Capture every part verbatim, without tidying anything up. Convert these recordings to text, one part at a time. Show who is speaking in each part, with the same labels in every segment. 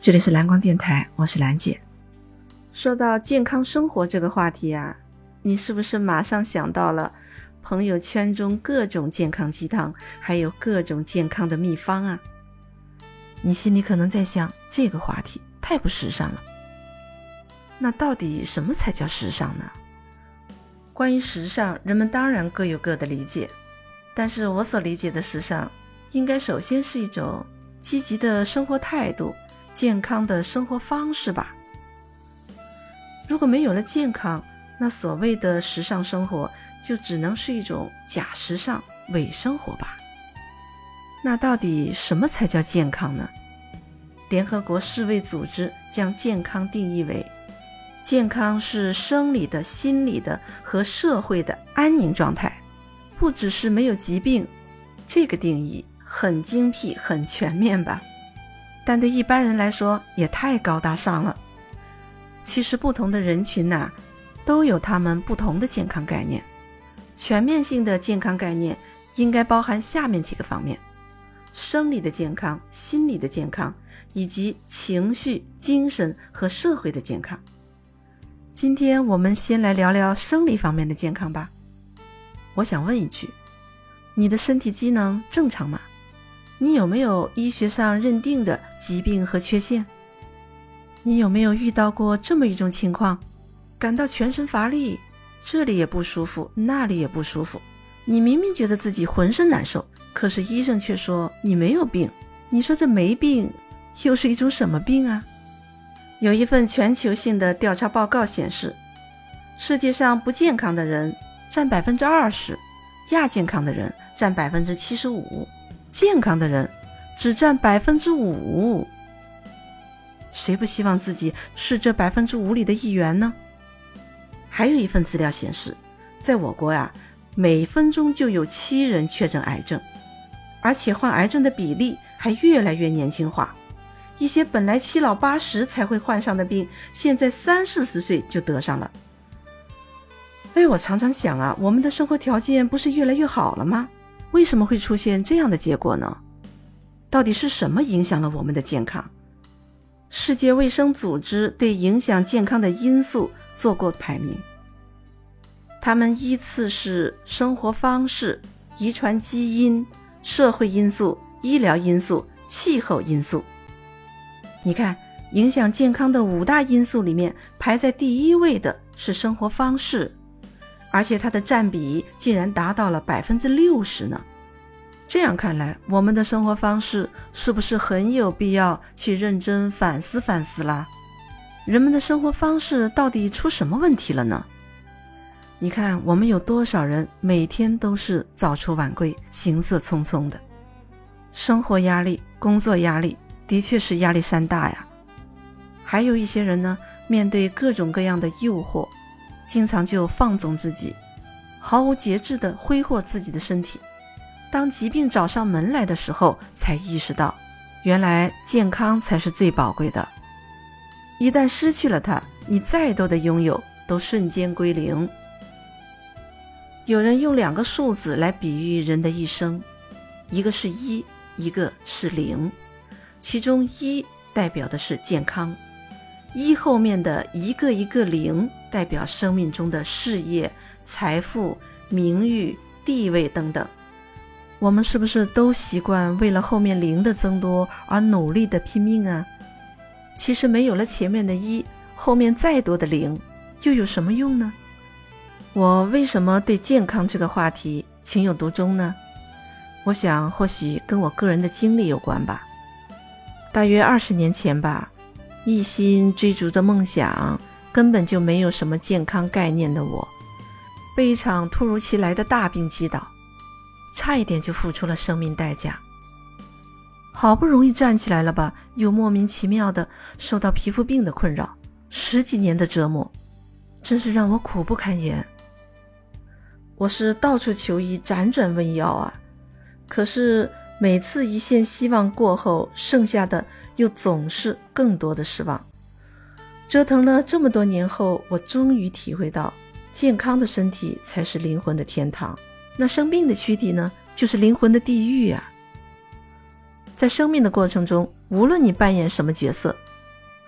Speaker 1: 这里是蓝光电台，我是兰姐。说到健康生活这个话题啊，你是不是马上想到了朋友圈中各种健康鸡汤，还有各种健康的秘方啊？你心里可能在想，这个话题太不时尚了。那到底什么才叫时尚呢？关于时尚，人们当然各有各的理解，但是我所理解的时尚，应该首先是一种积极的生活态度，健康的生活方式吧。如果没有了健康，那所谓的时尚生活就只能是一种假时尚、伪生活吧。那到底什么才叫健康呢？联合国世卫组织将健康定义为，健康是生理的、心理的和社会的安宁状态，不只是没有疾病。这个定义很精辟、很全面吧，但对一般人来说也太高大上了。其实不同的人群啊，都有他们不同的健康概念。全面性的健康概念应该包含下面几个方面：生理的健康、心理的健康，以及情绪、精神和社会的健康。今天我们先来聊聊生理方面的健康吧。我想问一句，你的身体机能正常吗？你有没有医学上认定的疾病和缺陷？你有没有遇到过这么一种情况，感到全身乏力，这里也不舒服，那里也不舒服，你明明觉得自己浑身难受，可是医生却说你没有病。你说这没病又是一种什么病啊？有一份全球性的调查报告显示，世界上不健康的人占 百分之二十， 亚健康的人占 百分之七十五， 健康的人只占 百分之五。 谁不希望自己是这 百分之五 里的一员呢？还有一份资料显示，在我国呀、啊，每分钟就有七人确诊癌症，而且患癌症的比例还越来越年轻化。一些本来七老八十才会患上的病，现在三四十岁就得上了。哎，我常常想啊，我们的生活条件不是越来越好了吗？为什么会出现这样的结果呢？到底是什么影响了我们的健康？世界卫生组织对影响健康的因素做过排名，它们依次是生活方式、遗传基因、社会因素、医疗因素、气候因素。你看，影响健康的五大因素里面，排在第一位的是生活方式，而且它的占比竟然达到了 百分之六十 呢。这样看来，我们的生活方式是不是很有必要去认真反思反思啦？人们的生活方式到底出什么问题了呢？你看，我们有多少人每天都是早出晚归，行色匆匆的。生活压力、工作压力的确是压力山大呀。还有一些人呢，面对各种各样的诱惑，经常就放纵自己，毫无节制地挥霍自己的身体。当疾病找上门来的时候，才意识到，原来健康才是最宝贵的。一旦失去了它，你再多的拥有都瞬间归零。有人用两个数字来比喻人的一生，一个是一，一个是零。其中一代表的是健康，一后面的一个一个零代表生命中的事业、财富、名誉、地位等等。我们是不是都习惯为了后面零的增多而努力的拼命啊？其实没有了前面的一，后面再多的零又有什么用呢？我为什么对健康这个话题情有独钟呢？我想或许跟我个人的经历有关吧。大约二十年前吧，一心追逐着梦想，根本就没有什么健康概念的我，被一场突如其来的大病击倒，差一点就付出了生命代价。好不容易站起来了吧，又莫名其妙的受到皮肤病的困扰，十几年的折磨，真是让我苦不堪言。我是到处求医，辗转问药啊，可是每次一线希望过后，剩下的又总是更多的失望。折腾了这么多年后，我终于体会到，健康的身体才是灵魂的天堂，那生病的躯体呢，就是灵魂的地狱啊。在生命的过程中，无论你扮演什么角色，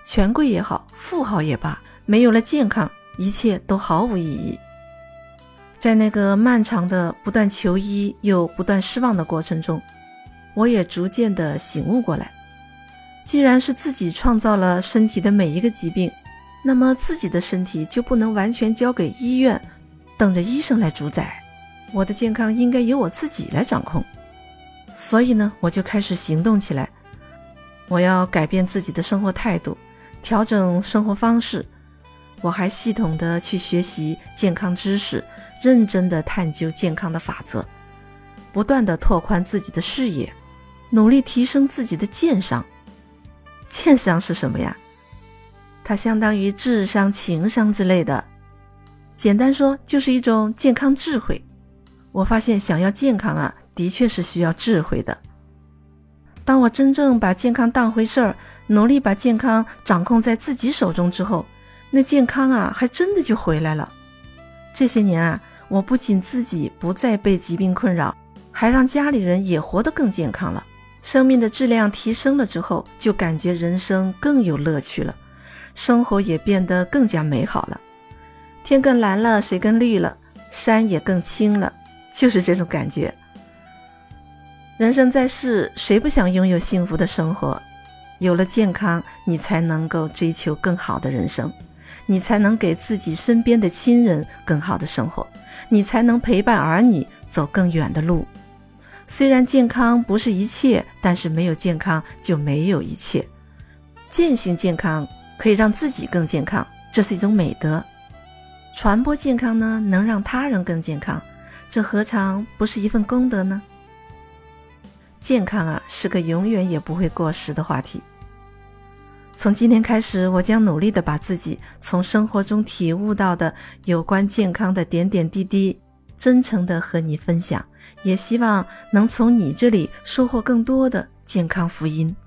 Speaker 1: 权贵也好，富豪也罢，没有了健康，一切都毫无意义。在那个漫长的不断求医又不断失望的过程中，我也逐渐地醒悟过来，既然是自己创造了身体的每一个疾病，那么自己的身体就不能完全交给医院，等着医生来主宰，我的健康应该由我自己来掌控。所以呢，我就开始行动起来，我要改变自己的生活态度，调整生活方式，我还系统地去学习健康知识，认真地探究健康的法则，不断地拓宽自己的视野，努力提升自己的健商。健商是什么呀？它相当于智商、情商之类的，简单说就是一种健康智慧。我发现想要健康啊，的确是需要智慧的。当我真正把健康当回事儿，努力把健康掌控在自己手中之后，那健康啊还真的就回来了。这些年啊，我不仅自己不再被疾病困扰，还让家里人也活得更健康了。生命的质量提升了之后，就感觉人生更有乐趣了，生活也变得更加美好了。天更蓝了，水更绿了，山也更青了，就是这种感觉。人生在世，谁不想拥有幸福的生活？有了健康，你才能够追求更好的人生，你才能给自己身边的亲人更好的生活，你才能陪伴儿女走更远的路。虽然健康不是一切，但是没有健康就没有一切。践行健康可以让自己更健康，这是一种美德。传播健康呢，能让他人更健康，这何尝不是一份功德呢？健康啊，是个永远也不会过时的话题。从今天开始，我将努力地把自己从生活中体悟到的有关健康的点点滴滴，真诚地和你分享，也希望能从你这里收获更多的健康福音。